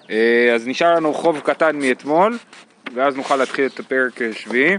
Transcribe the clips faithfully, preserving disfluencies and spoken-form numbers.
אז נשאר לנו חוב קטן מאתמול, ואז נוכל להתחיל את הפרק שביעי.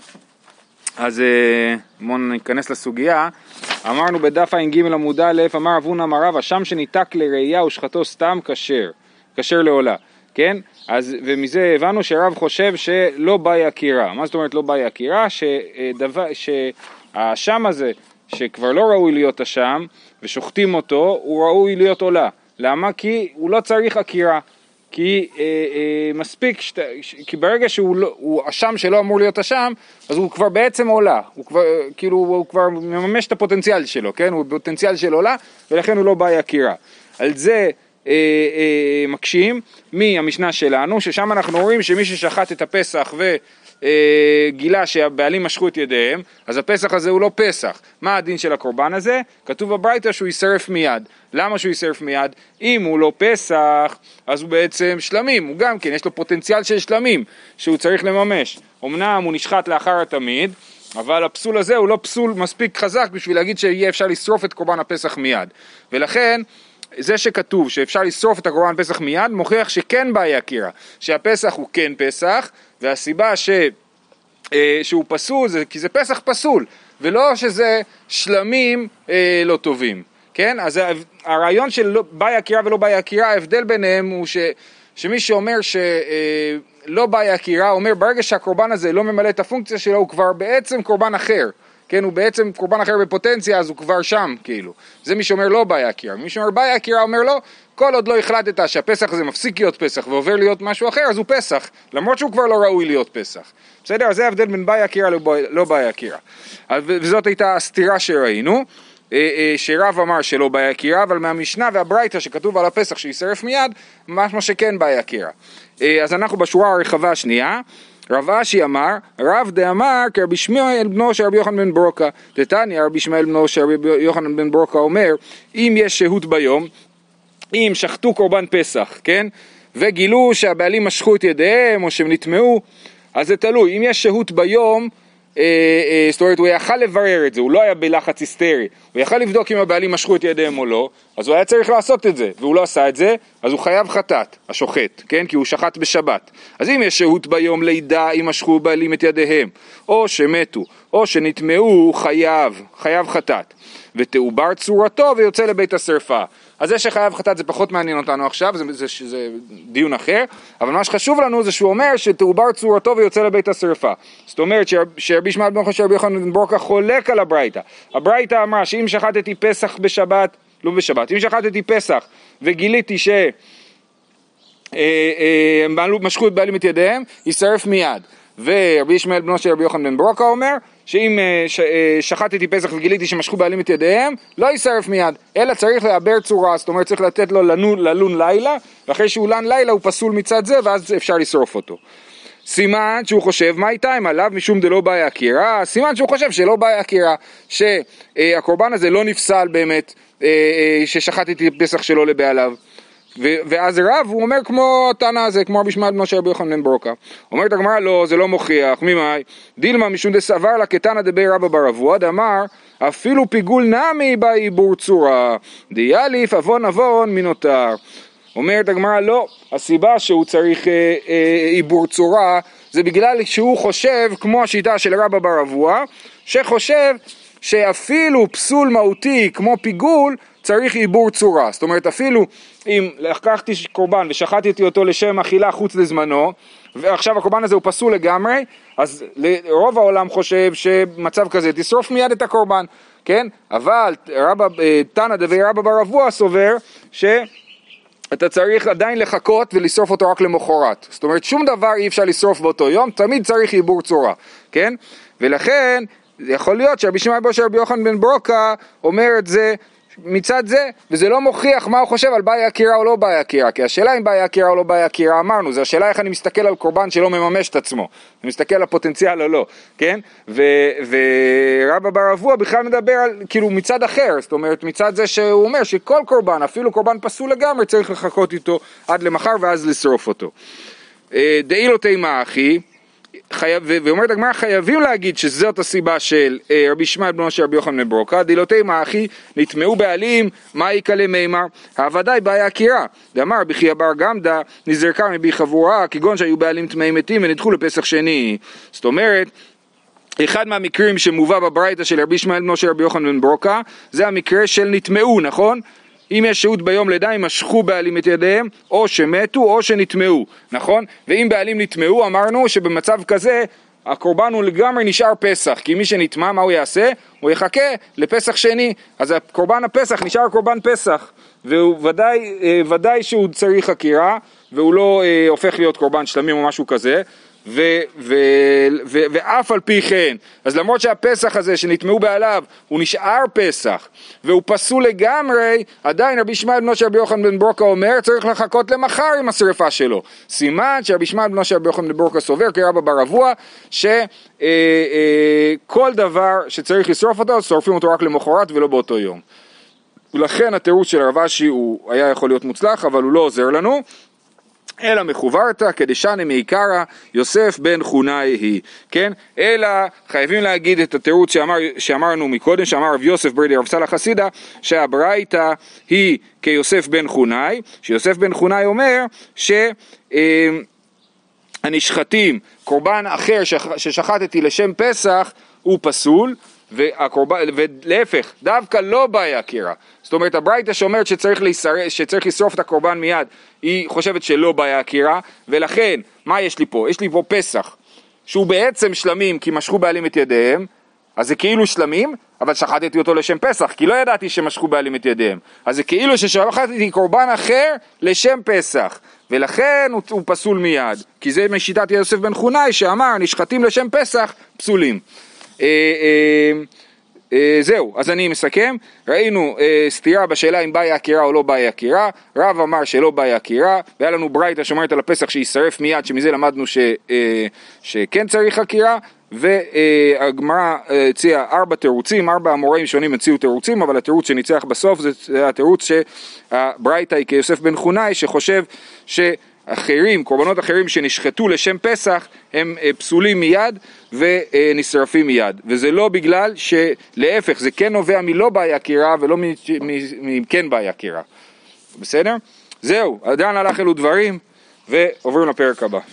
אז בואו ניכנס לסוגיה. אמרנו בדף עין ג' עמוד א', אמר אבונה מרב, השם שניתק לראייה ושחטו סתם כשר, כשר לעולה, כן? אז ומזה הבנו שרב חושב שלא באי עקירה. מה זאת אומרת לא באי עקירה? שדבר, שהשם הזה שכבר לא ראוי להיות השם ושוחטים אותו, הוא ראוי להיות עולה. למה? כי הוא לא צריך עקירה. כי אה, אה, מספיק, שת, כי ברגע שהוא לא, הוא השם שלא אמור להיות השם, אז הוא כבר בעצם עולה, הוא כבר, כאילו, הוא כבר מממש את הפוטנציאל שלו, כן? הוא פוטנציאל של עולה, ולכן הוא לא באי עקירה. על זה אה, אה, מקשים מהמשנה שלנו, ששם אנחנו רואים שמי ששחט את הפסח וגילה שהבעלים משכו את ידיהם, אז הפסח הזה הוא לא פסח. מה הדין של הקורבן הזה? כתוב בברייתא שהוא יישרף מיד. למה שהוא יישרף מיד? אם הוא לא פסח, אז הוא בעצם שלמים, הוא גם כן, יש לו פוטנציאל של שלמים שהוא צריך לממש. אמנם הוא נשחט לאחר התמיד, אבל הפסול הזה הוא לא פסול מספיק חזק בשביל להגיד שיהיה אפשר לשרוף את קורבן הפסח מיד. ולכן, זה שכתוב שאפשר לשרוף את הקורבן פסח מיד, מוכיח שכן באי עקירה, שהפסח הוא כן פסח, והסיבה ש, אה, שהוא פסול זה כי זה פסח פסול, ולא שזה שלמים אה, לא טובים. כן? אז הרעיון של באי עקירה ולא באי עקירה, ההבדל ביניהם הוא ש, שמי שאומר שלא באי עקירה, אומר ברגע שהקורבן הזה לא ממלא את הפונקציה שלו, הוא כבר בעצם קורבן אחר. כן, הוא בעצם קורבן אחר בפוטנציה, אז הוא כבר שם, כאילו. זה מי שאומר לא באי עקירה. מי שאומר באי עקירה אומר לא, כל עוד לא החלטת שהפסח הזה מפסיק להיות פסח ועובר להיות משהו אחר, אז הוא פסח, למרות שהוא כבר לא ראוי להיות פסח. בסדר? אז זה ההבדל בין באי עקירה לא באי עקירה. וזאת הייתה הסתירה שראינו. שרב אמר שלא באי עקירה, אבל מהמשנה והברייתא שכתוב על הפסח שישרף מיד, משמע שכן באי עקירה. אז אנחנו בשורה הרחבה השנייה, רב אשי אמר, רב דאמר כרבי ישמעאל בנו של רבי יוחנן בן ברוקה, דתניא רבי ישמעאל בנו של רבי יוחנן בן ברוקה אומר, אם יש שהות ביום, אם שחטו קורבן פסח, כן? וגילו שהבעלים משכו את ידיהם או שהם נטמעו, אז זה תלוי, אם יש שהות ביום, אה, אה, זאת אומרת, הוא יכל לברר את זה, הוא לא היה בלחץ היסטרי, הוא יכל לבדוק אם הבעלים משכו את ידיהם או לא, אז הוא היה צריך לעשות את זה, והוא לא עשה את זה, אז הוא חייב חטאת, השוחט, כן? כי הוא שחט בשבת. אז אם יש שהות ביום לידה, אם משכו בעלים את ידיהם, או שמתו, או שנטמעו, הוא חייב, חייב חטאת. ותעובר צורתו ויוצא לבית השרפה. אז זה שחייב חטאת זה פחות מעניין אותנו עכשיו, זה, זה, זה, זה דיון אחר, אבל מה שחשוב לנו זה שהוא אומר שתעובר צורתו ויוצא לבית השרפה. זאת אומרת שרבי ישמעאל בן רבי יוחנן בן ברוקה חולק על הברייתא. הברייתא אמרה שאם שחטתי פסח בשבת, לא בשבת, אם שחטתי פסח וגיליתי ש... משכו את בעלים את ידיהם, יישרף מיד. ורבי ישמעאל בנו של רבי יוחנן בן ברוקה אומר שאם שחטתי פסח וגיליתי שמשכו בעלים את ידיהם, לא יישרף מיד, אלא צריך לעבר צורה, זאת אומרת צריך לתת לו לנון, ללון לילה, ואחרי שהוא לן לילה הוא פסול מצד זה, ואז אפשר לשרוף אותו. סימן שהוא חושב, מה איתה אם עליו משום דלא באי עקירה? סימן שהוא חושב שלא באי עקירה, שהקורבן הזה לא נפסל באמת, ששחטתי פסח שלו לבעליו. ואז רב הוא אומר כמו תנא הזה, כמו רבי ישמעאל בנו של רבי יוחנן בן ברוקה. אומרת הגמרא לא, זה לא מוכיח, ממאי? דילמה משום דסבר לה כתנא דבי רבא בר אבוה, דאמר אפילו פיגול נמי בעיבור צורה, דיאליף אבון אבון מנותר. אומרת הגמרא לא, הסיבה שהוא צריך אה, אה, עיבור צורה זה בגלל שהוא חושב כמו השיטה של רבא בר אבוה, שחושב שאפילו פסול מהותי כמו פיגול צריך עיבור צורה. זאת אומרת אפילו אם לקחתי קורבן ושחטתי אותו לשם אכילה חוץ לזמנו, ועכשיו הקורבן הזה הוא פסול לגמרי, אז רוב העולם חושב שמצב כזה תשרוף מיד את הקורבן, כן? אבל רבא, תנא דבי רבא בר אבוה סובר שאתה צריך עדיין לחכות ולשרוף אותו רק למחרת. זאת אומרת שום דבר אי אפשר לשרוף באותו יום, תמיד צריך עיבור צורה, כן? ולכן יכול להיות שרבי ישמעאל בנו של רבי יוחנן בן ברוקה אומר את זה מצד זה, וזה לא מוכיח מה הוא חושב על באי עקירה או לא באי עקירה, כי השאלה אם באי עקירה או לא באי עקירה אמרנו, זה השאלה איך אני מסתכל על קורבן שלא מממש את עצמו, אני מסתכל על הפוטנציאל או לא, כן? ורבא בר אבוה בכלל מדבר על, כאילו מצד אחר, זאת אומרת מצד זה שהוא אומר שכל קורבן, אפילו קורבן פסול לגמרי, צריך לחכות איתו עד למחר ואז לשרוף אותו. דאילו תימה אחי, חייב, ואומרת הגמרא, חייבים להגיד שזאת הסיבה של רבי ישמעאל בנו של רבי יוחנן בן ברוקה, דילותי מאחי נטמעו בעלים, מה יקלה מימר? הוודאי בעיה עקירה. דאמר רבי חייא בר גמדא, נזרקה מבי חבורה, כגון שהיו בעלים טמאים מתים ונדחו לפסח שני. זאת אומרת, אחד מהמקרים שמובא בברייתא של רבי ישמעאל בנו של רבי יוחנן בן ברוקה, זה המקרה של נטמעו, נכון? אם יש שהות ביום לידה, הם משכו בעלים את ידיהם, או שמתו או שנטמעו, נכון? ואם בעלים נטמעו, אמרנו שבמצב כזה, הקורבן הוא לגמרי נשאר פסח, כי מי שנטמע, מה הוא יעשה? הוא יחכה לפסח שני, אז הקורבן הפסח נשאר קורבן פסח, והוא ודאי, ודאי שהוא צריך חקירה, והוא לא אה, הופך להיות קורבן שלמים או משהו כזה, ו, ו, ו, ואף על פי כן, אז למרות שהפסח הזה שנטמעו בעליו הוא נשאר פסח והוא פסול לגמרי, עדיין רבי ישמעאל בנו של רבי יוחנן בן ברוקה אומר צריך לחכות למחר עם השריפה שלו. סימן שרבי ישמעאל בנו של רבי יוחנן בן ברוקה סובר כרבא בר אבוה שכל דבר שצריך לשרוף אותו שורפים אותו רק למחרת ולא באותו יום, ולכן התירוץ של רב אשי הוא היה יכול להיות מוצלח אבל הוא לא עוזר לנו. אלא מחוברתא כדשנה מעיקרא יוסף בן חונאי היא, כן? אלא חייבים להגיד את התירוץ שאמר, שאמרנו מקודם, שאמר רב יוסף ברדי רב סלאח חסידה, שהברייתא היא כיוסף בן חונאי, שיוסף בן חונאי אומר שהנשחטים, קורבן אחר ששחטתי לשם פסח הוא פסול, והקורבן, ולהפך, דווקא לא בעיה עקירה. זאת אומרת, הברייתא שאומרת שצריך, להישרף, שצריך לשרוף את הקורבן מיד, היא חושבת שלא בעיה עקירה, ולכן, מה יש לי פה? יש לי פה פסח, שהוא בעצם שלמים כי משכו בעלים את ידיהם, אז זה כאילו שלמים, אבל שחטתי אותו לשם פסח, כי לא ידעתי שמשכו בעלים את ידיהם. אז זה כאילו ששחטתי קורבן אחר לשם פסח, ולכן הוא, הוא פסול מיד, כי זה משיטת יוסף בן חונאי שאמר, נשחטים לשם פסח, פסולים. אה, אה, אה, זהו, אז אני מסכם, ראינו אה, סתירה בשאלה אם בעיה עקירה או לא בעיה עקירה, רב אמר שלא בעיה עקירה, והיה לנו ברייתא שאומרת על הפסח שישרף מיד, שמזה למדנו ש, אה, שכן צריך עקירה, והגמרא הציעה ארבע תירוצים, ארבע המוראים שונים הציעו תירוצים, אבל התירוץ שניצח בסוף זה התירוץ שהברייתא היא כיוסף בן חונאי, שחושב שאחרים, קורבנות אחרים שנשחטו לשם פסח, הם פסולים מיד ונשרפים מיד. וזה לא בגלל שלהפך, זה כן נובע מלא בעיה עקירה ולא מכן בעיה עקירה. בסדר? זהו, עדיין הלך אלו דברים, ועוברים לפרק הבא.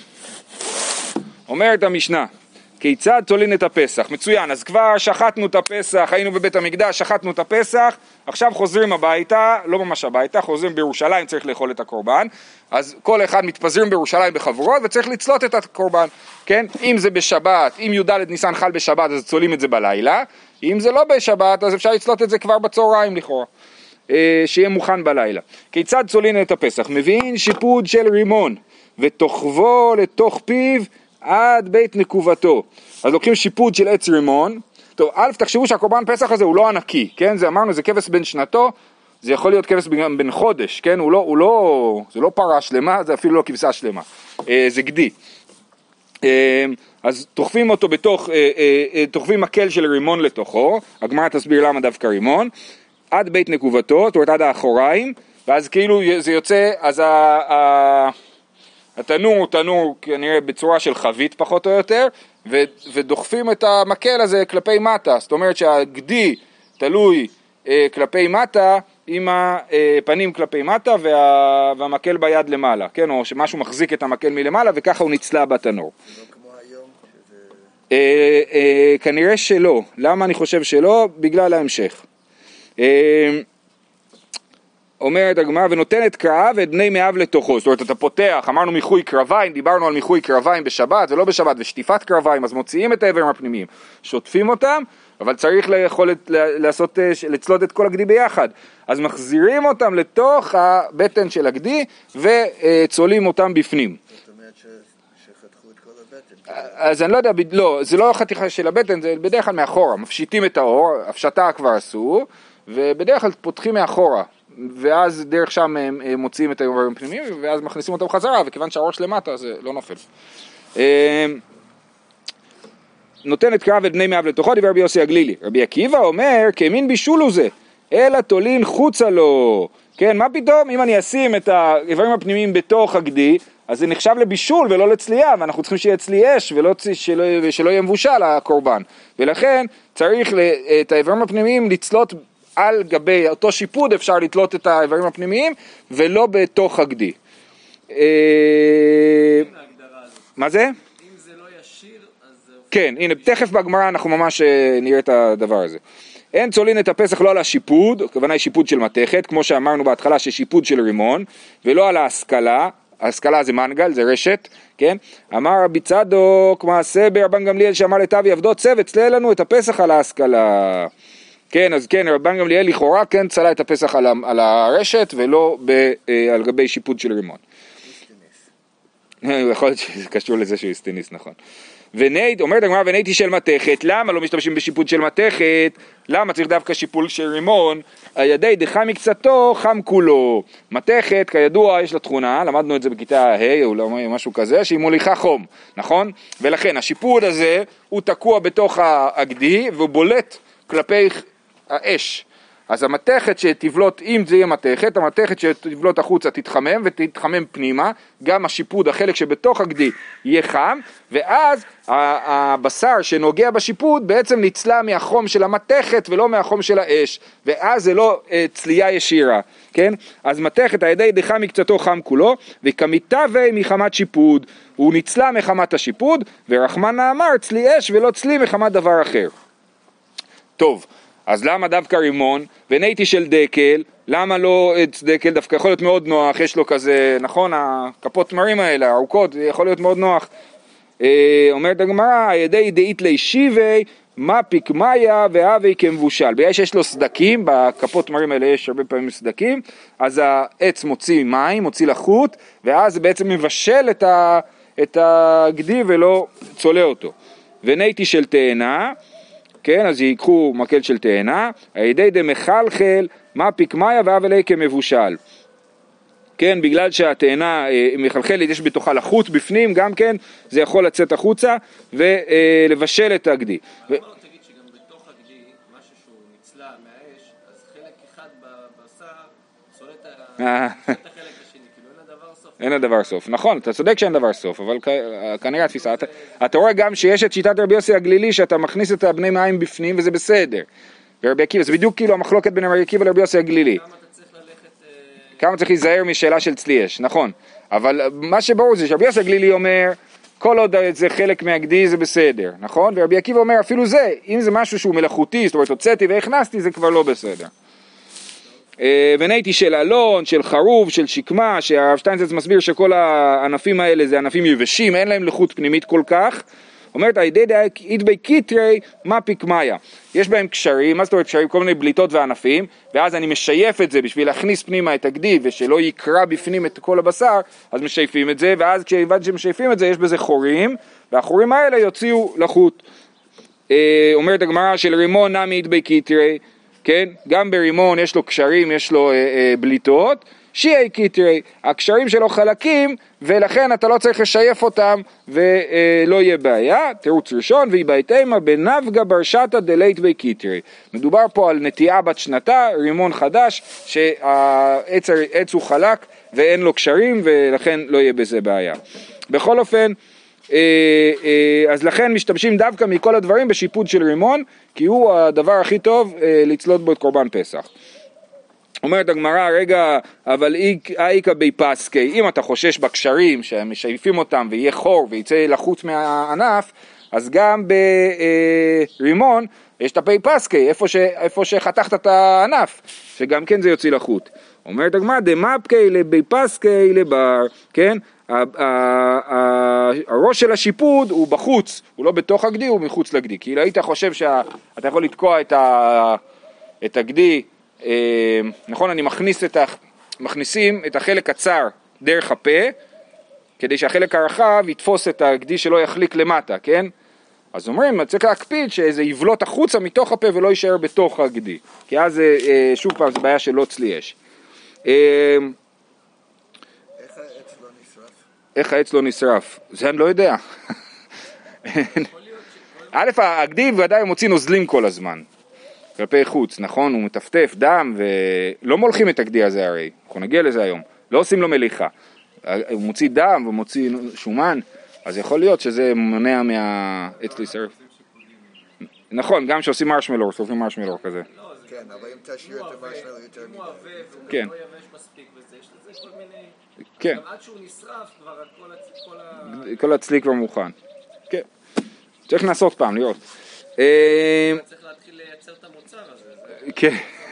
אומרת המשנה, כיצד תולין את הפסח? מצוין, אז כבר שחטנו את הפסח, היינו בבית המקדש, שחטנו את הפסח, עכשיו חוזרים הביתה, לא ממש הביתה, חוזרים בירושלים, צריך לאכול את הקורבן, אז כל אחד מתפזרים בירושלים בחבורות וצריך לצלות את הקורבן, כן? אם זה בשבת, אם י"ד ניסן חל בשבת, אז צולים את זה בלילה, אם זה לא בשבת, אז אפשר לצלות את זה כבר בצהריים לכאורה, שיהיה מוכן בלילה. כיצד תולין את הפסח? מביאים שיפוד של רימון, ותוכבו לתוך פיו, עד בית נקובתו. אז לוקחים שיפוד של עץ רימון. טוב, א', תחשבו שהקורבן פסח הזה הוא לא ענקי, כן? זה אמרנו, זה כבש בן שנתו, זה יכול להיות כבש בן חודש, כן? הוא לא, הוא לא, זה לא פרה שלמה, זה אפילו לא כבשה שלמה. אה, זה גדי. אה, אז תוחפים אותו בתוך, אה, אה, תוחפים מקל של רימון לתוכו, הגמרא תסביר למה דווקא רימון, עד בית נקובתו, זאת אומרת עד האחוריים, ואז כאילו זה יוצא, אז ה... ה התנור הוא תנור כנראה בצורה של חבית פחות או יותר, ו- ודוחפים את המקל הזה כלפי מטה, זאת אומרת שהגדי תלוי אה, כלפי מטה, עם הפנים כלפי מטה וה- והמקל ביד למעלה, כן? או שמשהו מחזיק את המקל מלמעלה וככה הוא נצלה בתנור. זה לא כמו היום שזה... אה, אה, כנראה שלא. למה אני חושב שלא? בגלל ההמשך. אה, אומרת הגמרא, ונותנת קרעה ואת בני מאב לתוכו. זאת אומרת, אתה פותח, אמרנו מיחוי קרביים, דיברנו על מיחוי קרביים בשבת ולא בשבת, ושטיפת קרביים, אז מוציאים את האיברים הפנימיים, שוטפים אותם, אבל צריך ליכולת לעשות, לצלות את כל הגדי ביחד. אז מחזירים אותם לתוך הבטן של הגדי, וצולים אותם בפנים. זאת אומרת שחתכו את כל הבטן. אז אני לא יודע, לא, זה לא חתיכה של הבטן, זה בדרך כלל מאחורה, מפשיטים את האור, הפשטה כבר עשו, ובדרך כלל פותחים מאחורה. ואז דרך שם הם מוציאים את האיברים הפנימיים, ואז מכניסים אותם חזרה, וכיוון שהראש למטה זה לא נופל. נותנת קרב את בני מאב לתוכו, דיבר רבי יוסי הגלילי. רבי עקיבא אומר, כמין בישול הוא זה, אלא תולין חוצה לו, כן, מה פתאום? אם אני אשים את האיברים הפנימיים בתוך הגדי, אז זה נחשב לבישול ולא לצלייה, ואנחנו צריכים שיהיה צלי אש ולא, שלא, שלא יהיה מבושל הקורבן. ולכן צריך את האיברים הפנימיים לצלות על גבי אותו שיפוד, אפשר לתלות את האיברים הפנימיים, ולא בתוך הגדי. מה זה? אם זה לא ישיר, אז... כן, הנה, תכף בגמרא אנחנו ממש נראה את הדבר הזה. אין צולין את הפסח לא על השיפוד, הכוונה היא שיפוד של מתכת, כמו שאמרנו בהתחלה ששיפוד של רימון, ולא על ההשכלה, ההשכלה זה מנגל, זה רשת, כן? אמר רבי צדוק, מעשה ברבן גמליאל שאמר לטבי עבדו צוות, צלה לנו את הפסח על ההשכלה. כן, אז כן, רבן גמליאל לכאורה כן צלה את הפסח על, על הרשת, ולא ב, על גבי שיפוד של רימון. יכול להיות שזה קשור לזה שהוא הסטיניס, נכון. ונית, אומרת הגמרא, וניתי של מתכת, למה לא משתמשים בשיפוד של מתכת? למה צריך דווקא שיפוד של רימון? הידי דחם מקצתו, חם כולו. מתכת, כידוע, יש לה תכונה, למדנו את זה בכיתה ה' או משהו כזה, שהיא מוליכה חום, נכון? ולכן השיפוד הזה הוא תקוע בתוך הגדי והוא בולט כלפי האש. אז המתכת שתבלוט, אם זה יהיה מתכת, המתכת שתבלוט החוצה תתחמם ותתחמם פנימה, גם השיפוד, החלק שבתוך הגדי יהיה חם, ואז הבשר שנוגע בשיפוד בעצם נצלה מהחום של המתכת ולא מהחום של האש, ואז זה לא צלייה ישירה, כן? אז מתכת הידי דחם מקצתו חם כולו, וכמיטבי מחמת שיפוד, הוא נצלה מחמת השיפוד, ורחמנא אמר צלי אש ולא צלי מחמת דבר אחר. טוב. אז למה דווקא רימון? וניתי של דקל, למה לא את דקל? דווקא יכול להיות מאוד נוח, יש לו כזה, נכון, הכפות תמרים האלה, ארוכות, יכול להיות מאוד נוח. אה, אומרת הגמרא, הידי דאית לישיבי, מה פיקמיה והווי כמבושל. בגלל שיש לו סדקים, בכפות תמרים האלה יש הרבה פעמים סדקים, אז העץ מוציא מים, מוציא לחות, ואז זה בעצם מבשל את, ה, את הגדי ולא צולה אותו. וניתי של תאנה, כן, אז ייקחו מקל של תאנה, הידי דמחלחל, מה פיקמיה והווי כמבושל. כן, בגלל שהתאנה מחלחלת, יש בתוכה לחות בפנים, גם כן, זה יכול לצאת החוצה ולבשל את הגדי. אבל לא תגיד שגם בתוך הגדי, משהו שהוא נצלה מהאש, אז חלק אחד בבשר צולה את החלק השני, כאילו אין הדבר סוף. אין הדבר סוף, נכון, אתה צודק שאין דבר סוף, אבל כנראה התפיסה, אתה רואה גם שיש את שיטת רבי יוסי הגלילי, שאתה מכניס את הבני מים בפנים וזה בסדר. ורבי עקיבא, זה בדיוק כאילו המחלוקת בין רבי עקיבא לרבי יוסי הגלילי. כמה צריך להיזהר משאלה של צלי אש, נכון, אבל מה שברור זה שרבי יוסי הגלילי אומר, כל עוד זה חלק מהגדי זה בסדר, נכון? ורבי עקיבא אומר אפילו זה, אם זה משהו שהוא מלאכותי, זאת אומרת הוצאתי והכנסתי, זה כבר לא בסדר. וניתי של אלון, של חרוב, של שקמה, שהרב שטיינזלץ מסביר שכל הענפים האלה זה ענפים יבשים, אין להם לחות פנימית כל כך, אומרת, הידי דאית קיטרי, מה פיקמיה? יש בהם קשרים, מה זאת אומרת קשרים? כל מיני בליטות וענפים, ואז אני משייף את זה בשביל להכניס פנימה את הגדי, ושלא יקרא בפנים את כל הבשר, אז משייפים את זה, ואז כשהבנתי שמשייפים את זה, יש בזה חורים, והחורים האלה יוציאו לחות. אה, אומרת הגמרא של רימון נמי ידבי קיטרי, כן? גם ברימון יש לו קשרים, יש לו אה, אה, בליטות, שיעי קיטרי, הקשרים שלו חלקים, ולכן אתה לא צריך לשייף אותם ולא יהיה בעיה. תירוץ ראשון, והיא בהתאמה בנבגה ברשתה דלית בי קיטרי. מדובר פה על נטיעה בת שנתה, רימון חדש, שהעץ הוא חלק ואין לו קשרים, ולכן לא יהיה בזה בעיה. בכל אופן, אז לכן משתמשים דווקא מכל הדברים בשיפוד של רימון, כי הוא הדבר הכי טוב לצלות בו את קורבן פסח. אומרת הגמרא, רגע, אבל איקה בי פסקי, אם אתה חושש בקשרים שהם משייפים אותם ויהיה חור ויצא לחוץ מהענף, אז גם ברימון יש את הבי פסקי, איפה, ש, איפה שחתכת את הענף, שגם כן זה יוצא לחוט. אומרת הגמרא, דמפקי לבי פסקי לבר, כן? הראש של השיפוד הוא בחוץ, הוא לא בתוך הגדי, הוא מחוץ לגדי. כי היית חושב שאתה יכול לתקוע את הגדי, נכון, אני מכניס את ה... מכניסים את החלק הצר דרך הפה, כדי שהחלק הרחב יתפוס את הגדי שלא יחליק למטה, כן? אז אומרים, צריך להקפיד שזה יבלוט החוצה מתוך הפה ולא יישאר בתוך הגדי, כי אז שוב פעם זה בעיה שלא צלי אש. איך העץ לא נשרף? איך העץ לא נשרף? זה אני לא יודע. א', הגדי ודאי מוציא נוזלים כל הזמן. כלפי חוץ, נכון? הוא מטפטף דם ולא מולכים את הגדי הזה הרי, אנחנו נגיע לזה היום, לא עושים לו מליחה, הוא מוציא דם ומוציא שומן, אז יכול להיות שזה מונע מה... אצלי שרף. נכון, גם שעושים מרשמלור, שורפים מרשמלור כזה. כן, אבל אם תשאיר את המרשמלור יותר אם הוא עבה והוא כן. לא יבש מספיק וזה, יש לזה כל מיני... כן. גם עד שהוא נשרף כבר כל הצ- כל ה... כל הצלי כבר מוכן. כן. צריך לנסות פעם, לראות. צריך להתחיל לייצר את המוצר הזה. זה- כן.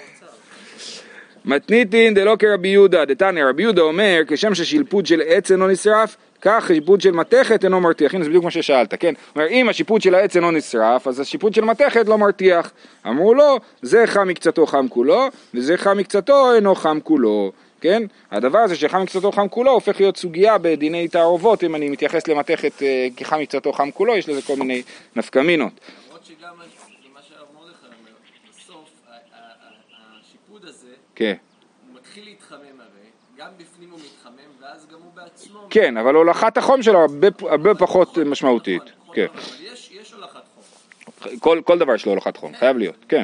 מתניתין דלא כרבי יהודה, דתניא רבי יהודה אומר, כשם ששלפוד של עץ אינו נשרף, כך שיפוד של מתכת אינו מרתיח. הנה זה בדיוק מה ששאלת, כן? אומר, אם השיפוד של העץ אינו נשרף, אז השיפוד של מתכת לא מרתיח. אמרו לו, זה חם מקצתו חם כולו, וזה חם מקצתו אינו חם כולו. כן? הדבר הזה שחם מקצתו חם כולו הופך להיות סוגיה בדיני תערובות, אם אני מתייחס למתכת אה, כחם מקצתו חם כולו, יש לזה כל מיני נפקמינות. למרות שגם מה שהרב מרדכי אומר, בסוף ה- ה- ה- השיפוד הזה, כן. הוא מתחיל להתחמם הרי, גם בפנים הוא מתחמם, ואז גם הוא בעצמו... כן, אבל הולכת החום שלו הרבה, הרבה פחות משמעותית. נכון, כן. נכון, אבל יש יש הולכת חום. כל, כל דבר שלו הולכת חום, חייב להיות, כן.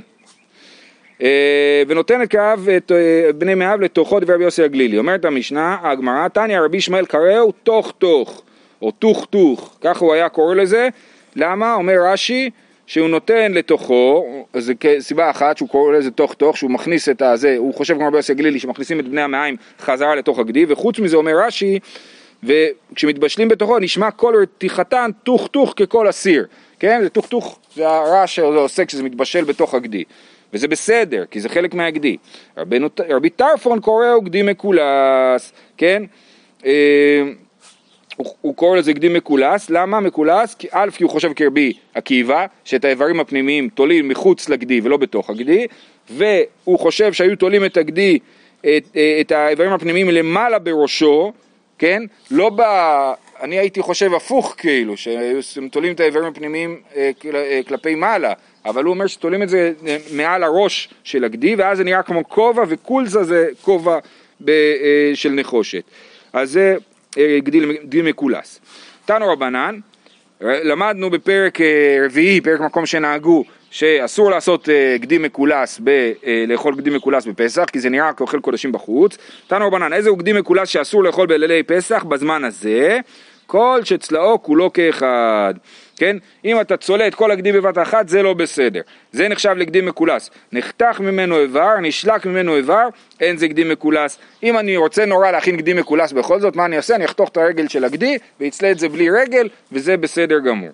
אה, ונותנת כאב את אה, בני מאב לתוכו דבר רבי יוסי הגלילי. אומרת המשנה, הגמרא, תניא רבי ישמעאל קראו תוך תוך, או תוך תוך, כך הוא היה קורא לזה. למה? אומר רש"י, שהוא נותן לתוכו, זה סיבה אחת שהוא קורא לזה תוך תוך, שהוא מכניס את הזה, הוא חושב כמו רבי יוסי הגלילי, שמכניסים את בני המעיים חזרה לתוך הגדי, וחוץ מזה אומר רש"י, וכשמתבשלים בתוכו נשמע כל רתיחתן תוך תוך ככל הסיר, כן? זה תוך תוך, זה הרעש שזה עושה כשזה מתבשל בתוך הגדי. וזה בסדר, כי זה חלק מהגדי. רבינו, רבי טרפון קורא גדי מקולס, כן? אה, הוא, הוא קורא לזה גדי מקולס, למה מקולס? כי א', כי הוא חושב כרבי עקיבא, שאת האיברים הפנימיים תולים מחוץ לגדי ולא בתוך הגדי, והוא חושב שהיו תולים את הגדי, את, את האיברים הפנימיים למעלה בראשו, כן? לא ב... אני הייתי חושב הפוך כאילו, שהם תולים את האיברים הפנימיים כלפי מעלה, אבל הוא אומר שתולים את זה מעל הראש של הגדי, ואז זה נראה כמו כובע, וקולזה זה כובע של נחושת. אז זה גדי מקולס. תנו רבנן, למדנו בפרק רביעי, פרק מקום שנהגו, שאסור לעשות גדי מקולס, ב, לאכול גדי מקולס בפסח, כי זה נראה כאוכל קודשים בחוץ. תנו רבנן, איזה הוא גדי מקולס שאסור לאכול בלילי פסח בזמן הזה? כל שצלעו כולו כאחד, כן? אם אתה צולה את כל הגדי בבת אחת, זה לא בסדר. זה נחשב לגדי מקולס. נחתך ממנו איבר, נשלק ממנו איבר, אין זה גדי מקולס. אם אני רוצה נורא להכין גדי מקולס בכל זאת, מה אני אעשה? אני אחתוך את הרגל של הגדי, ויצלה את זה בלי רגל, וזה בסדר גמור.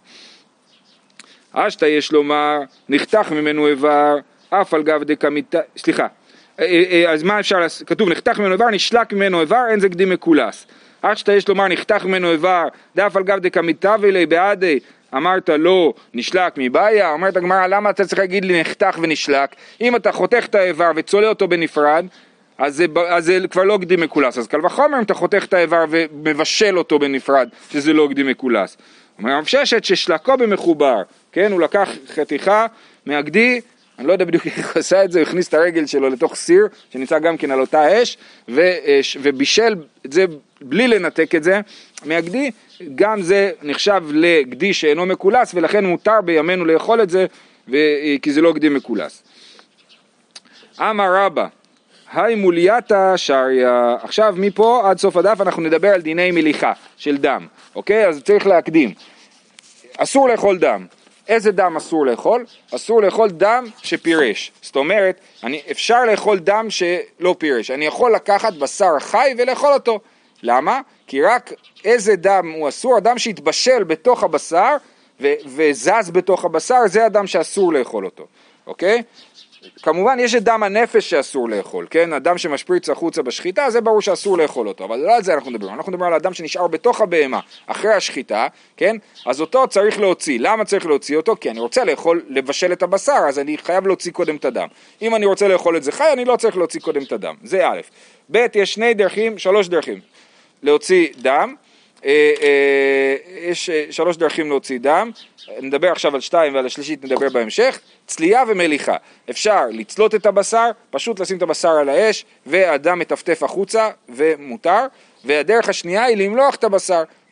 אשתה יש לומר, נחתך ממנו איבר, אף על גב דקמיתה, סליחה, אז מה אפשר לעשות? כתוב, נחתך ממנו איבר, נשלק ממנו איבר, אין זה גדי מקולס. אשתה יש לומר, נחתך ממנו איבר, דאף על גב דקמיתה ולי בעדי, אמרת לא, נשלק מבעיה, אומרת הגמרא, למה אתה צריך להגיד לי נחתך ונשלק? אם אתה חותך את האיבר וצולה אותו בנפרד, אז זה, אז זה כבר לא גדי מקולס, אז קל וחומר אם אתה חותך את האיבר ומבשל אותו בנפרד, שזה לא גדי מקולס. אומר רב ששת ששלקו במחובר, כן, הוא לקח חתיכה מהגדי, אני לא יודע בדיוק איך הוא עשה את זה, הוא הכניס את הרגל שלו לתוך סיר, שנמצא גם כן על אותה אש, ובישל את זה בלי לנתק את זה מהגדי, גם זה נחשב לגדי שאינו מקולס, ולכן מותר בימינו לאכול את זה, כי זה לא גדי מקולס. אמר רבא, היי מולייתא שריה, עכשיו מפה עד סוף הדף אנחנו נדבר על דיני מליחה של דם, אוקיי? אז צריך להקדים. אסור לאכול דם. איזה דם אסור לאכול? אסור לאכול דם שפירש. זאת אומרת, אני, אפשר לאכול דם שלא פירש. אני יכול לקחת בשר חי ולאכול אותו. למה? כי רק איזה דם הוא אסור? הדם שהתבשל בתוך הבשר ו- וזז בתוך הבשר, זה הדם שאסור לאכול אותו. אוקיי? כמובן יש את דם הנפש שאסור לאכול, כן? הדם שמשפריץ החוצה בשחיטה, זה ברור שאסור לאכול אותו, אבל לא על זה אנחנו מדברים, אנחנו מדברים על הדם שנשאר בתוך הבהמה, אחרי השחיטה, כן? אז אותו צריך להוציא, למה צריך להוציא אותו? כי אני רוצה לאכול, לבשל את הבשר, אז אני חייב להוציא קודם את הדם. אם אני רוצה לאכול את זה חי, אני לא צריך להוציא קודם את הדם, זה א'. ב', יש שני דרכים, שלוש דרכים, להוציא דם, אה, אה, יש שלוש דרכים להוציא דם, נדבר עכשיו על שתיים ועל השלישית נדבר בהמשך, צלייה ומליחה. אפשר לצלות את הבשר, פשוט לשים את הבשר על האש, והדם מטפטף החוצה ומותר, והדרך השנייה היא למלוח את הבשר.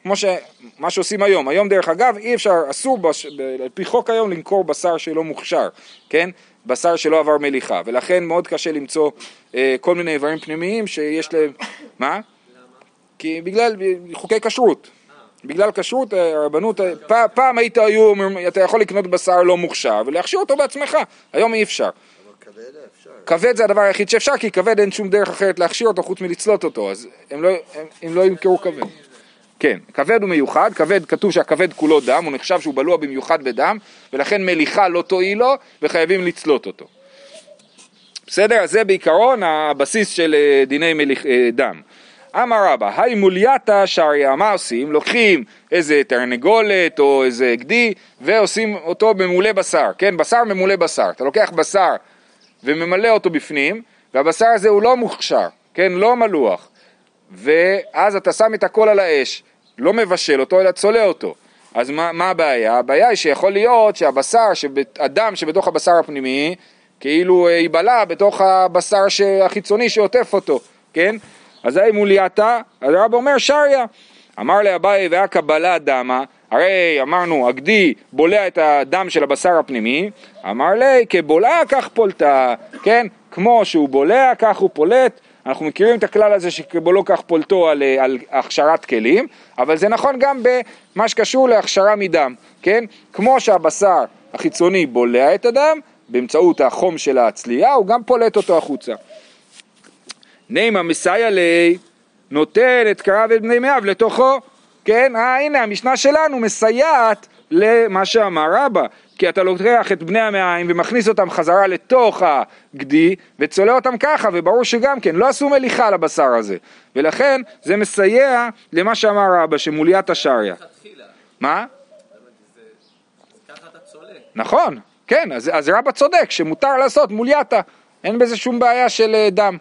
כמו ש... מה שעושים היום. היום דרך אגב אי אפשר, אסור בש... על פי חוק היום למכור בשר שלא מוכשר, כן? בשר שלא עבר מליחה, ולכן מאוד קשה למצוא אה, כל מיני איברים פנימיים שיש להם... מה? למה? כי בגלל חוקי כשרות. בגלל כשרות, הרבנות, פעם, פעם היית היו, אתה יכול לקנות בשר לא מוכשר ולהכשיר אותו בעצמך, היום אי אפשר. אבל כבד אפשר. כבד זה הדבר היחיד שאפשר, כי כבד אין שום דרך אחרת להכשיר אותו חוץ מלצלות אותו, אז הם לא, הם, הם לא ימכרו כבד. כן, כבד הוא מיוחד, כבד כתוב שהכבד כולו דם, הוא נחשב שהוא בלוע במיוחד בדם, ולכן מליחה לא תועיל לו וחייבים לצלות אותו. בסדר? אז זה בעיקרון הבסיס של דיני מליח, דם. אמר רבא, היי מולייתא שריה, מה עושים? לוקחים איזה תרנגולת או איזה גדי ועושים אותו ממולא בשר, כן? בשר ממולא בשר. אתה לוקח בשר וממלא אותו בפנים, והבשר הזה הוא לא מוכשר, כן? לא מלוח. ואז אתה שם את הכל על האש, לא מבשל אותו אלא צולע אותו. אז מה, מה הבעיה? הבעיה היא שיכול להיות שהבשר, הדם שבתוך הבשר הפנימי, כאילו ייבלע בתוך הבשר החיצוני שעוטף אותו, כן? אז היי מולייתא, אז הרב אומר שריה, אמר לאביי והקבלה דמה, הרי אמרנו הגדי בולע את הדם של הבשר הפנימי, אמר לי כבולע כך פולטה, כן? כמו שהוא בולע כך הוא פולט, אנחנו מכירים את הכלל הזה שכבולע כך פולטו על, על הכשרת כלים, אבל זה נכון גם במה שקשור להכשרה מדם, כן? כמו שהבשר החיצוני בולע את הדם, באמצעות החום של הצלייה, הוא גם פולט אותו החוצה. נימה מסייע לי, נותן את קרב את בני מאב לתוכו, כן? אה, הנה, המשנה שלנו מסייעת למה שאמר רבא, כי אתה לוקח את בני המאיים ומכניס אותם חזרה לתוך הגדי, וצולע אותם ככה, וברור שגם כן, לא עשו מליחה לבשר הזה, ולכן זה מסייע למה שאמר רבא, שמוליית השריה. מה? ככה אתה צולע. נכון, כן, אז, אז רבא צודק, שמותר לעשות מולייתה, אין בזה שום בעיה של דם.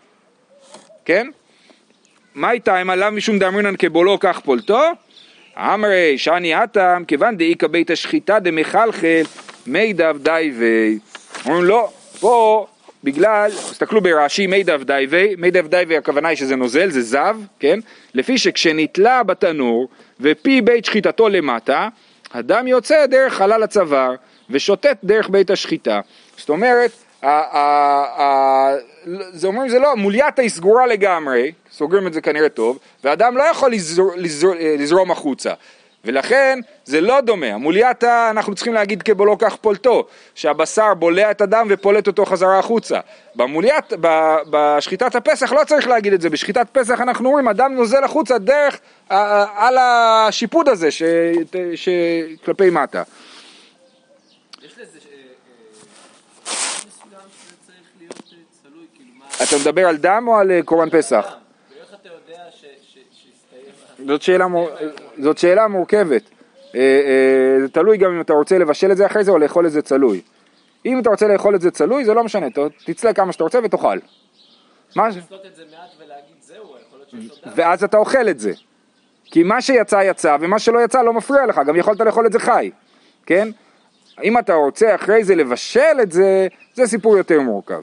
כן? מה איתה? אם עליו משום דאמרינן כבולו כך פולטו? אמרי שאני אתם כיוון דאיקה בית השחיטה דמחלחל מידב דייבי. אומרים לא, פה בגלל, תסתכלו ברש"י, מידב דייבי, מידב דייבי הכוונה היא שזה נוזל, זה זב, כן? לפי שכשנתלה בתנור ופי בית שחיטתו למטה, הדם יוצא דרך חלל הצוואר ושוטט דרך בית השחיטה. זאת אומרת, זה אומרים זה לא, מולייתא היא סגורה לגמרי, סוגרים את זה כנראה טוב, והאדם לא יכול לזר, לזר, לזרום החוצה, ולכן זה לא דומה. המולייתא אנחנו צריכים להגיד כבולו כך פולטו, שהבשר בולע את הדם ופולט אותו חזרה החוצה. במולייתא, בשחיטת הפסח לא צריך להגיד את זה, בשחיטת פסח אנחנו אומרים הדם נוזל החוצה דרך על השיפוד הזה ש, שכלפי מטה. אתה מדבר על דם או על קורבן פסח? ואיך אתה יודע שהסתיים? זאת שאלה, זאת שאלה מורכבת. זה תלוי גם אם אתה רוצה לבשל את זה אחרי זה או לאכול את זה צלוי. אם אתה רוצה לאכול את זה צלוי זה לא משנה, תצלה כמה שאתה רוצה ותאכל. מה? לצלות את זה מעט ולהגיד זהו, יכול להיות שיש עוד דם. ואז אתה אוכל את זה. כי מה שיצא יצא ומה שלא יצא לא מפריע לך, גם יכולת לאכול את זה חי. כן? אם אתה רוצה אחרי זה לבשל את זה, זה סיפור יותר מורכב.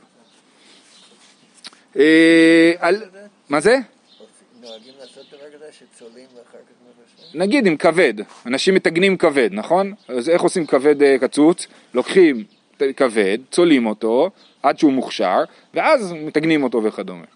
מה זה? נוהגים לעשות דבר כזה שצולים ואחר כך מבשלים? נגיד עם כבד, אנשים מתגנים כבד, נכון? אז איך עושים כבד קצוץ? לוקחים כבד, צולים אותו עד שהוא מוכשר, ואז מתגנים אותו וכדומה.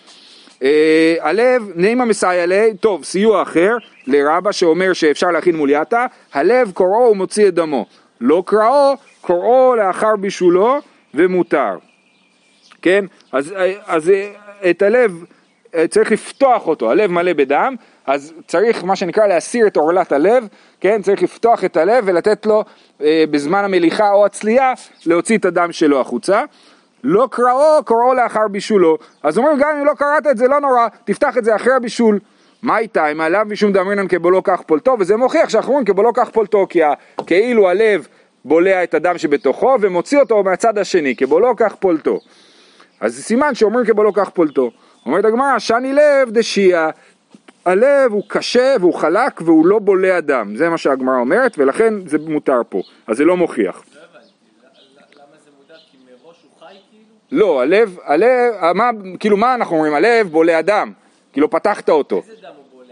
הלב, נעימה מסייע לי, טוב, סיוע אחר לרבא שאומר שאפשר להכין מולייתא, הלב קוראו ומוציא את דמו, לא קראו, קוראו לאחר בישולו ומותר. כן? אז, אז את הלב צריך לפתוח אותו, הלב מלא בדם, אז צריך מה שנקרא להסיר את עורלת הלב, כן? צריך לפתוח את הלב ולתת לו אה, בזמן המליחה או הצלייה להוציא את הדם שלו החוצה. לא קראו, קראו לאחר בישולו. אז אומרים גם אם לא קראת את זה לא נורא, תפתח את זה אחרי הבישול. מה איתה? אם עליו משום דאמרינן כבולו כך פולטו, וזה מוכיח שאנחנו אומרים כבולו כך פולטו, כי כאילו הלב בולע את הדם שבתוכו ומוציא אותו מהצד השני, כבולו כך פולטו. אז זה סימן שאומרים כבולו כך פולטו. אומרת הגמרא, שאני לב דשיע, הלב הוא קשה והוא חלק והוא לא בולע דם. זה מה שהגמרא אומרת, ולכן זה מותר פה. אז זה לא מוכיח. לא הבנתי, למה זה מותר? כי מראש הוא חי כאילו? לא, הלב, הלב, מה, כאילו מה אנחנו אומרים? הלב בולע דם, כאילו פתחת אותו. איזה דם הוא בולע?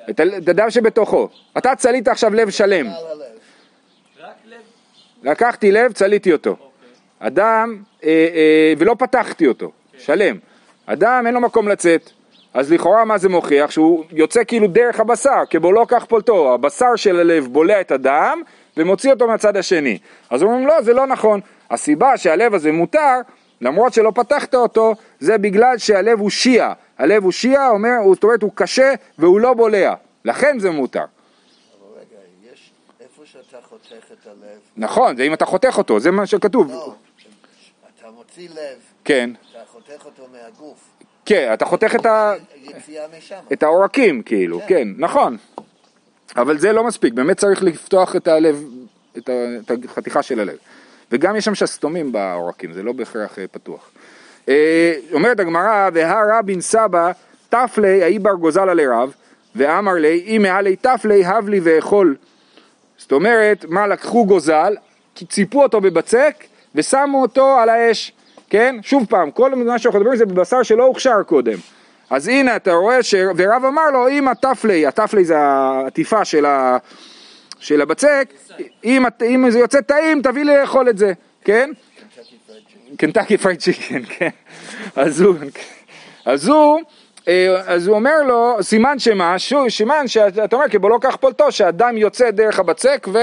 את הדם שבתוכו. אתה צלית עכשיו לב שלם. על הלב. רק לב? לקחתי לב, צליתי אותו. אדם, אה, אה, ולא פתחתי אותו, שלם. אדם אין לו מקום לצאת. אז לכאורה מה זה מוכיח? שהוא יוצא כאילו דרך הבשר, כבולו כך פולטו. הבשר של הלב בולע את הדם ומוציא אותו מהצד השני. אז אומרים לא, זה לא נכון. הסיבה שהלב הזה מותר, למרות שלא פתחת אותו, זה בגלל שהלב הוא שיעה. הלב הוא שיעה, אומר, זאת אומרת, הוא קשה והוא לא בולע. לכן זה מותר. אבל רגע, יש איפה שאתה חותך את הלב. נכון, זה אם אתה חותך אותו, זה מה שכתוב. לא, אתה מוציא לב. כן. אתה חותך אותו מהגוף. כן, אתה חותך את ה... יציאה משם. את העורקים, כאילו, כן, נכון. אבל זה לא מספיק, באמת צריך לפתוח את הלב, את החתיכה של הלב. וגם יש שם שסתומים בעורקים, זה לא בהכרח פתוח. אומרת הגמרא, והרב בן סבא תפלי האי בר גוזל עלי רב, ואמר לי, אם מעלי תפלי הב לי ואכול. זאת אומרת, מה לקחו גוזל, ציפו אותו בבצק, ושמו אותו על האש. כן? שוב פעם, כל מה שאנחנו מדברים זה בבשר שלא הוכשר קודם. אז הנה אתה רואה ש... ורב אמר לו, אם התפלי, התפלי זה העטיפה של, ה... של הבצק, אם, אם זה יוצא טעים, תביא לי לאכול את זה, כן? קנטקי פרייד צ'יקן, כן. אז הוא, אז הוא, אז הוא אומר לו, סימן שמה, סימן שאתה אומר, כי בו לא כך פולטו, שהדם יוצא דרך הבצק ו...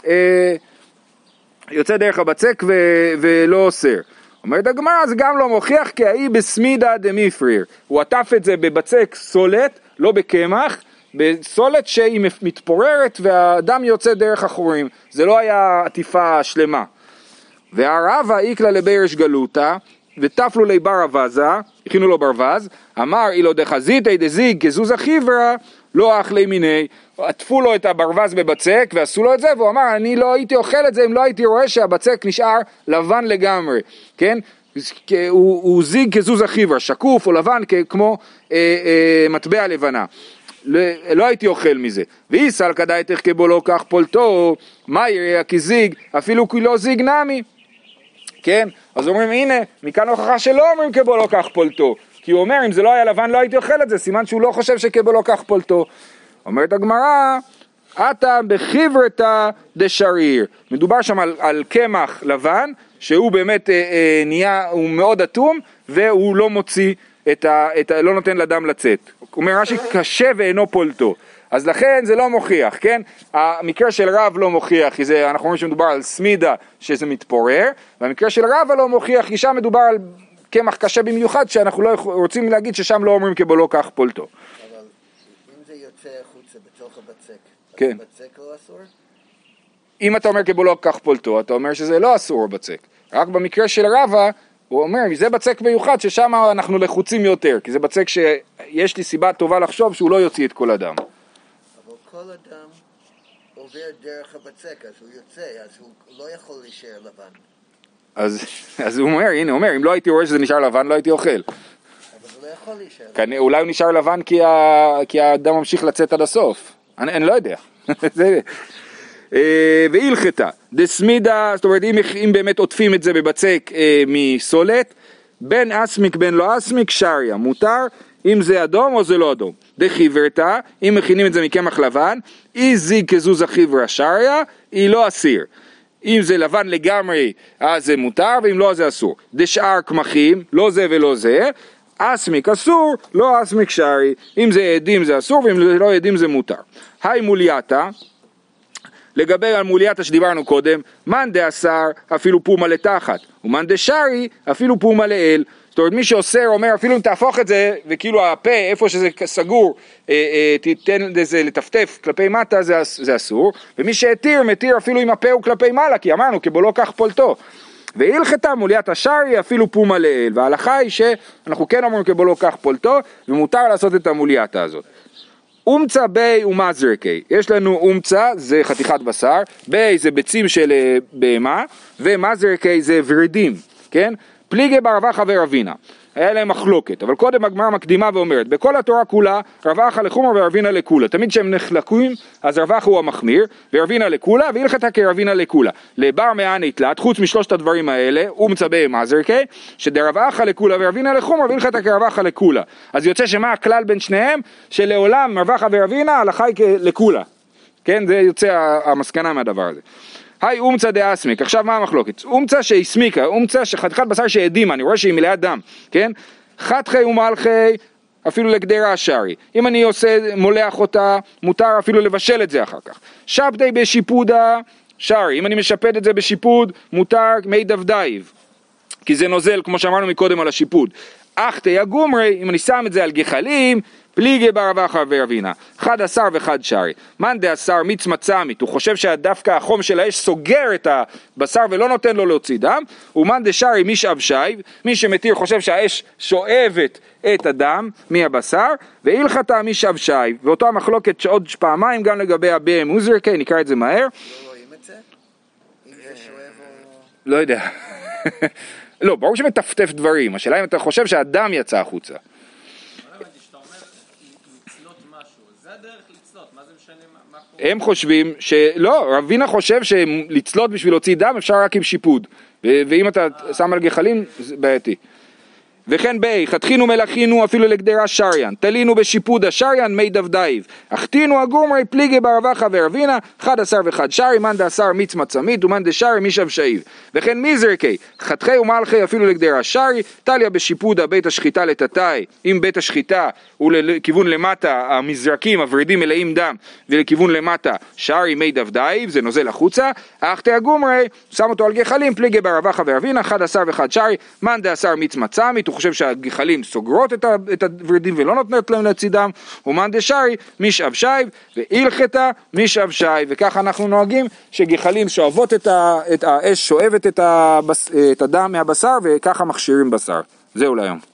יוצא דרך הבצק ו... ולא אוסר. אומרת הגמרא, זה גם לא מוכיח כי האי בסמידה דמיפריר. הוא עטף את זה בבצק סולת, לא בקמח, בסולת שהיא מתפוררת והדם יוצא דרך החורים. זה לא היה עטיפה שלמה. והרבה איקלה לבירש גלותה, וטפלו לי בר אבזה, הכינו לו ברווז, אמר אילו דחזיתי דזיג כזוז החיברה, לא אכלי מיני, עטפו לו את הברווז בבצק ועשו לו את זה, והוא אמר אני לא הייתי אוכל את זה אם לא הייתי רואה שהבצק נשאר לבן לגמרי, כן? הוא, הוא זיג כזוז החיברה, שקוף או לבן כמו אה, אה, מטבע לבנה. לא, לא הייתי אוכל מזה. ואיסל כדאי תחכבו לא כך פולטו, מה יראה כזיג, אפילו כי לא זיג נמי. כן? אז אומרים הנה, מכאן הוכחה שלא אומרים כבו לא כך פולטו. כי הוא אומר אם זה לא היה לבן לא הייתי אוכל את זה, סימן שהוא לא חושב שכבו לא כך פולטו. אומרת הגמרא, אתה בחיברתה דשריר. מדובר שם על, על קמח לבן, שהוא באמת אה, אה, נהיה, הוא מאוד אטום, והוא לא מוציא את ה, את ה, לא נותן לדם לצאת. הוא אומר רש"י קשה ואינו פולטו. אז לכן זה לא מוכיח, כן? המקרה של רב לא מוכיח, כי זה, אנחנו אומרים שמדובר על סמידה שזה מתפורר, והמקרה של רב לא מוכיח, כי שם מדובר על קמח קשה במיוחד, שאנחנו לא רוצים להגיד ששם לא אומרים כבו לא כך פולטו. אבל אם זה יוצא החוצה בתוך הבצק, כן. הבצק לא אסור? אם אתה אומר כבו לא כך פולטו, אתה אומר שזה לא אסור בצק. רק במקרה של רבה, הוא אומר, זה בצק מיוחד ששם אנחנו לחוצים יותר, כי זה בצק שיש לי סיבה טובה לחשוב שהוא לא יוציא את כל הדם. אבל כל אדם עובר דרך הבצק, אז הוא יוצא, אז הוא לא יכול להישאר לבן. אז, אז הוא אומר, הנה, הוא אומר, אם לא הייתי רואה שזה נשאר לבן, לא הייתי אוכל. אבל הוא לא יכול להישאר לבן. אולי הוא נשאר לבן כי, ה, כי האדם ממשיך לצאת עד הסוף. אני, אני לא יודע. זה... והילכתה, דסמידה, זאת אומרת, אם, אם באמת עוטפים את זה בבצק אה, מסולת, בין אסמיק בין לא אסמיק שריה, מותר, אם זה אדום או זה לא אדום. דחיברתה, אם מכינים את זה מקמח לבן, אי זיג כזוז החיברה שריה, היא לא אסיר. אם זה לבן לגמרי, אז זה מותר, ואם לא, זה אסור. דשאר קמחים, לא זה ולא זה, אסמיק אסור, לא אסמיק שרי, אם זה עדים זה אסור, ואם לא עדים זה מותר. היי מולייתה, לגבי המולייתה שדיברנו קודם, מן דאסר אפילו פומה לתחת, ומן דשרי אפילו פומה לאל. זאת אומרת, מי שאוסר אומר, אפילו אם תהפוך את זה, וכאילו הפה, איפה שזה סגור, אה, אה, תיתן לזה לטפטף כלפי מטה, זה, זה אסור. ומי שהתיר, מתיר אפילו אם הפה הוא כלפי מעלה, כי אמרנו, כי בו לא כך פולטו. והילכתה מולייתה שרי אפילו פומה לאל. וההלכה היא שאנחנו כן אומרים כי בו לא כך פולטו, ומותר לעשות את המולייתה הזאת. אומצה בי ומזרקי, יש לנו אומצה, זה חתיכת בשר, בי זה ביצים של בהמה, ומזרקי זה ורידים, כן? פליגי ברווחה ורבינה, היה להם מחלוקת, אבל קודם הגמרא מקדימה ואומרת, בכל התורה כולה, רב אחא לחומרא ורבינה לקולה, תמיד כשהם נחלקים, אז רב אחא הוא המחמיר, ורבינה לקולה, והלכתה כרבינה לקולה. לבר מעני תלת, חוץ משלושת הדברים האלה, הוא מצבא מזרקי, שדרב אחא לקולה ורבינה לחומרא, והלכתה כרב אחא לקולה. אז יוצא שמה הכלל בין שניהם, שלעולם רב אחא ורבינה, הלכה היא לקולה. כן, זה יוצא המסקנה מהדבר הזה. היי אומצה דאסמיק, עכשיו מה המחלוקת? אומצה שהסמיקה, אומצה שחתיכת בשר שהדימה, אני רואה שהיא מלאה דם, כן? חתכי ומלכי, אפילו לגדרה שרי. אם אני עושה, מולח אותה, מותר אפילו לבשל את זה אחר כך. שבתי בשיפודה שרי, אם אני משפד את זה בשיפוד, מותר מי דבדייב, כי זה נוזל, כמו שאמרנו מקודם על השיפוד. אחתי הגומרי, אם אני שם את זה על גחלים, פליגי ברב אחא ורבינה, חד עשר וחד שרי. מאן דעשר מיץ מצמית, הוא חושב שדווקא החום של האש סוגר את הבשר ולא נותן לו להוציא דם, ומאן דשרי משאב שייב, מי שמתיר חושב שהאש שואבת את הדם מהבשר, והלכתה משאב שייב, ואותו המחלוקת שעוד פעמיים גם לגבי הבאם מוזרקי, נקרא את זה מהר. לא רואים את זה? אם זה שואב או... לא יודע. לא, ברור שמטפטף דברים, השאלה אם אתה חושב שהדם יצא החוצה. הם חושבים שלא, רבינה חושב שלצלות בשביל להוציא דם אפשר רק עם שיפוד, ואם אתה שם על גחלים זה בעייתי. וכן בי, חתכינו מלאכינו אפילו לגדרה שריין, תלינו בשיפוד השריין מי דבדייב, אחתינו הגומרי פליגי ברב אחא ורבינה, חד עשר וחד שרי, מאן דעשר מיץ מצמית ומאן דשרי משאב שאיב. וכן מזרקי, חתכי ומלכי אפילו לגדרה שרי, תליה בשיפודה בית השחיטה לטאטאי, אם בית השחיטה הוא לכיוון למטה, המזרקים, הורידים מלאים דם, ולכיוון למטה שרי מי דבדייב, זה נוזל החוצה, אחתי הגומרי, שם אותו על גחלים, פליגי ברב אחא ורבינה, חד עשר וחד שרי, מאן דעשר מיץ מצמית, הוא חושב שהגחלים סוגרות את, ה, את הורידים ולא נותנות להם לצידם, ומאן דשרי משאב שייב, והלכתה משאב שייב, וככה אנחנו נוהגים שגחלים שואבות את, ה, את האש, שואבת את, הבס, את הדם מהבשר, וככה מכשירים בשר. זהו להיום.